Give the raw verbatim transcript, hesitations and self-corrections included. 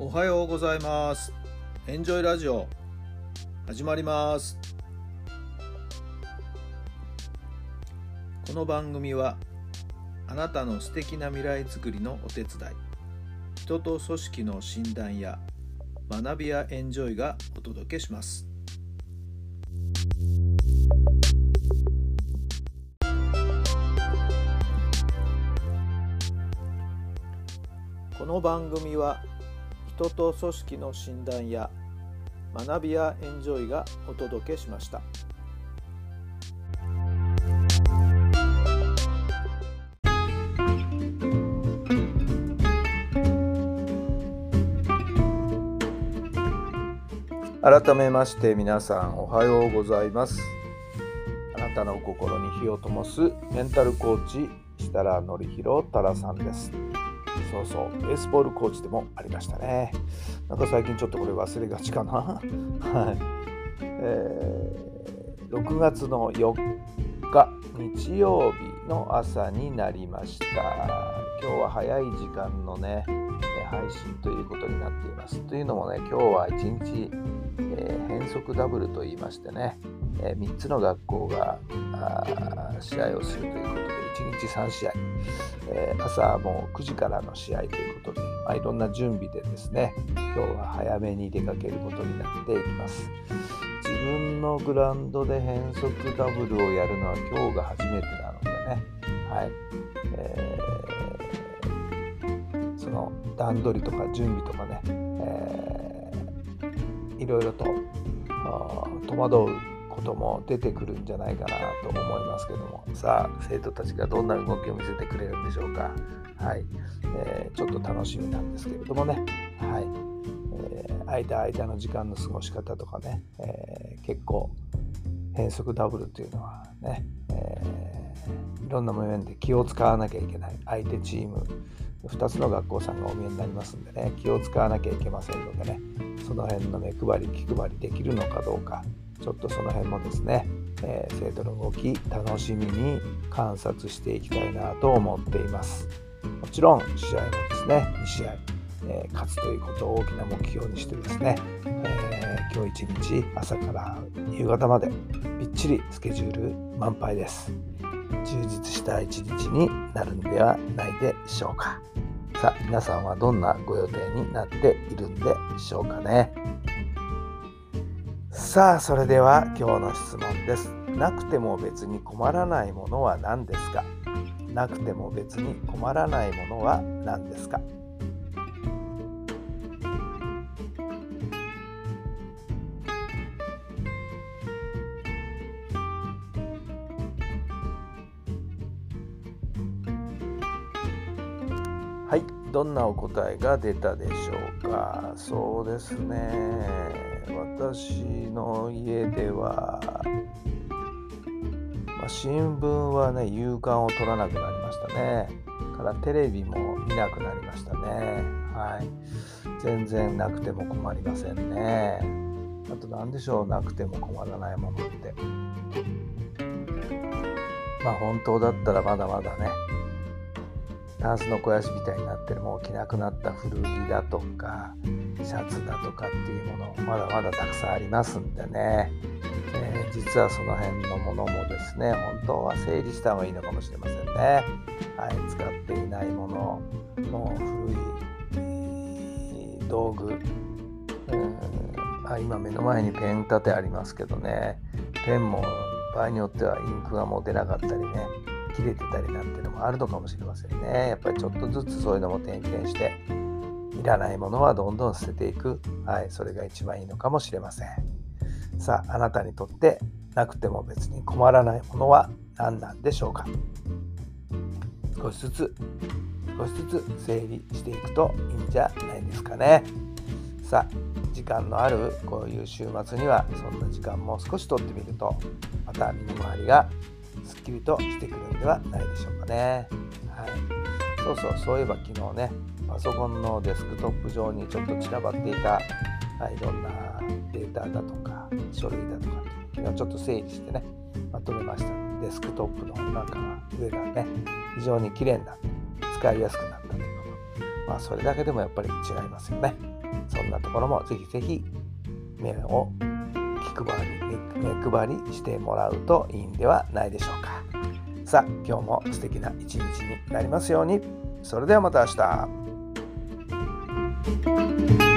おはようございます。エンジョイラジオ始まります。この番組はあなたの素敵な未来づくりのお手伝い、人と組織の診断や学びやエンジョイがお届けします。この番組は人と組織の診断や学びやエンジョイがお届けしました。改めまして皆さんおはようございます。あなたの心に火を灯すメンタルコーチ設楽範弘太良さんです。そうそう、ベースボールコーチでもありましたね。なんか最近ちょっとこれ忘れがちかな。はい、えー、ろくがつのよっか日曜日の朝になりました。今日は早い時間のね配信ということになっています。というのもね、今日はいちにち、えー、変則ダブルといいましてね、えー、みっつの学校が試合をするということでいちにちさんしあい、えー、朝もうくじからの試合ということで、まあ、いろんな準備でですね、今日は早めに出かけることになっていきます。自分のグラウンドで変則ダブルをやるのは今日が初めてなのでね、はい、えー、その段取りとか準備とかね、えー、いろいろと戸惑うことも出てくるんじゃないかなと思いますけども、さあ生徒たちがどんな動きを見せてくれるんでしょうか。はい、えー、ちょっと楽しみなんですけれどもね、はい、えー、間間の時間の過ごし方とかね、えー、結構変則ダブルというのはね、えー、いろんな面で気を使わなきゃいけない。相手チームふたつの学校さんがお見えになりますんでね、気を使わなきゃいけませんのでね、その辺の目配り気配りできるのかどうか、ちょっとその辺もですね、えー、生徒の動き楽しみに観察していきたいなと思っています。もちろん試合もですねにしあい、えー、勝つということを大きな目標にしてですね、えー、今日一日朝から夕方までびっちりスケジュール満杯です。充実した一日になるんではないでしょうか。さあ皆さんはどんなご予定になっているんでしょうかね。さあそれでは今日の質問です。なくても別に困らないものは何ですか？なくても別に困らないものは何ですか？はい、どんなお答えが出たでしょうか。そうですね、私の家では、まあ、新聞はね夕刊を取らなくなりましたね。からテレビも見なくなりましたね。はい、全然なくても困りませんね。あと何でしょう、なくても困らないものって、まあ本当だったらまだまだね、タンスの肥やしみたいになってるもう着なくなった古着だとかシャツだとかっていうものまだまだたくさんありますんでね、えー、実はその辺のものもですね、本当は整理した方がいいのかもしれませんね。はい、使っていないもの、もう古い道具、うん、あ今目の前にペン立てありますけどね、ペンも場合によってはインクがもう出なかったりね、切れてたりなんていうのもあるのかもしれませんね。やっぱりちょっとずつそういうのも点検して、いらないものはどんどん捨てていく、はい、それが一番いいのかもしれません。さああなたにとってなくても別に困らないものは何なんでしょうか。少しずつ少しずつ整理していくといいんじゃないですかね。さあ時間のあるこういう週末にはそんな時間も少し取ってみると、また身の回りがすっきりとしてくるんではないでしょうかね。はい、そうそうそういえば昨日ね、パソコンのデスクトップ上にちょっと散らばっていた、はい、いろんなデータだとか書類だとか、昨日ちょっと整理してねまとめました。デスクトップの中が上がね非常に綺麗になって使いやすくなったということ、まあそれだけでもやっぱり違いますよね。 そんなところもぜひぜひ目を気配り、目配りしてもらうといいんではないでしょうか。さあ、今日も素敵な一日になりますように。それではまた明日。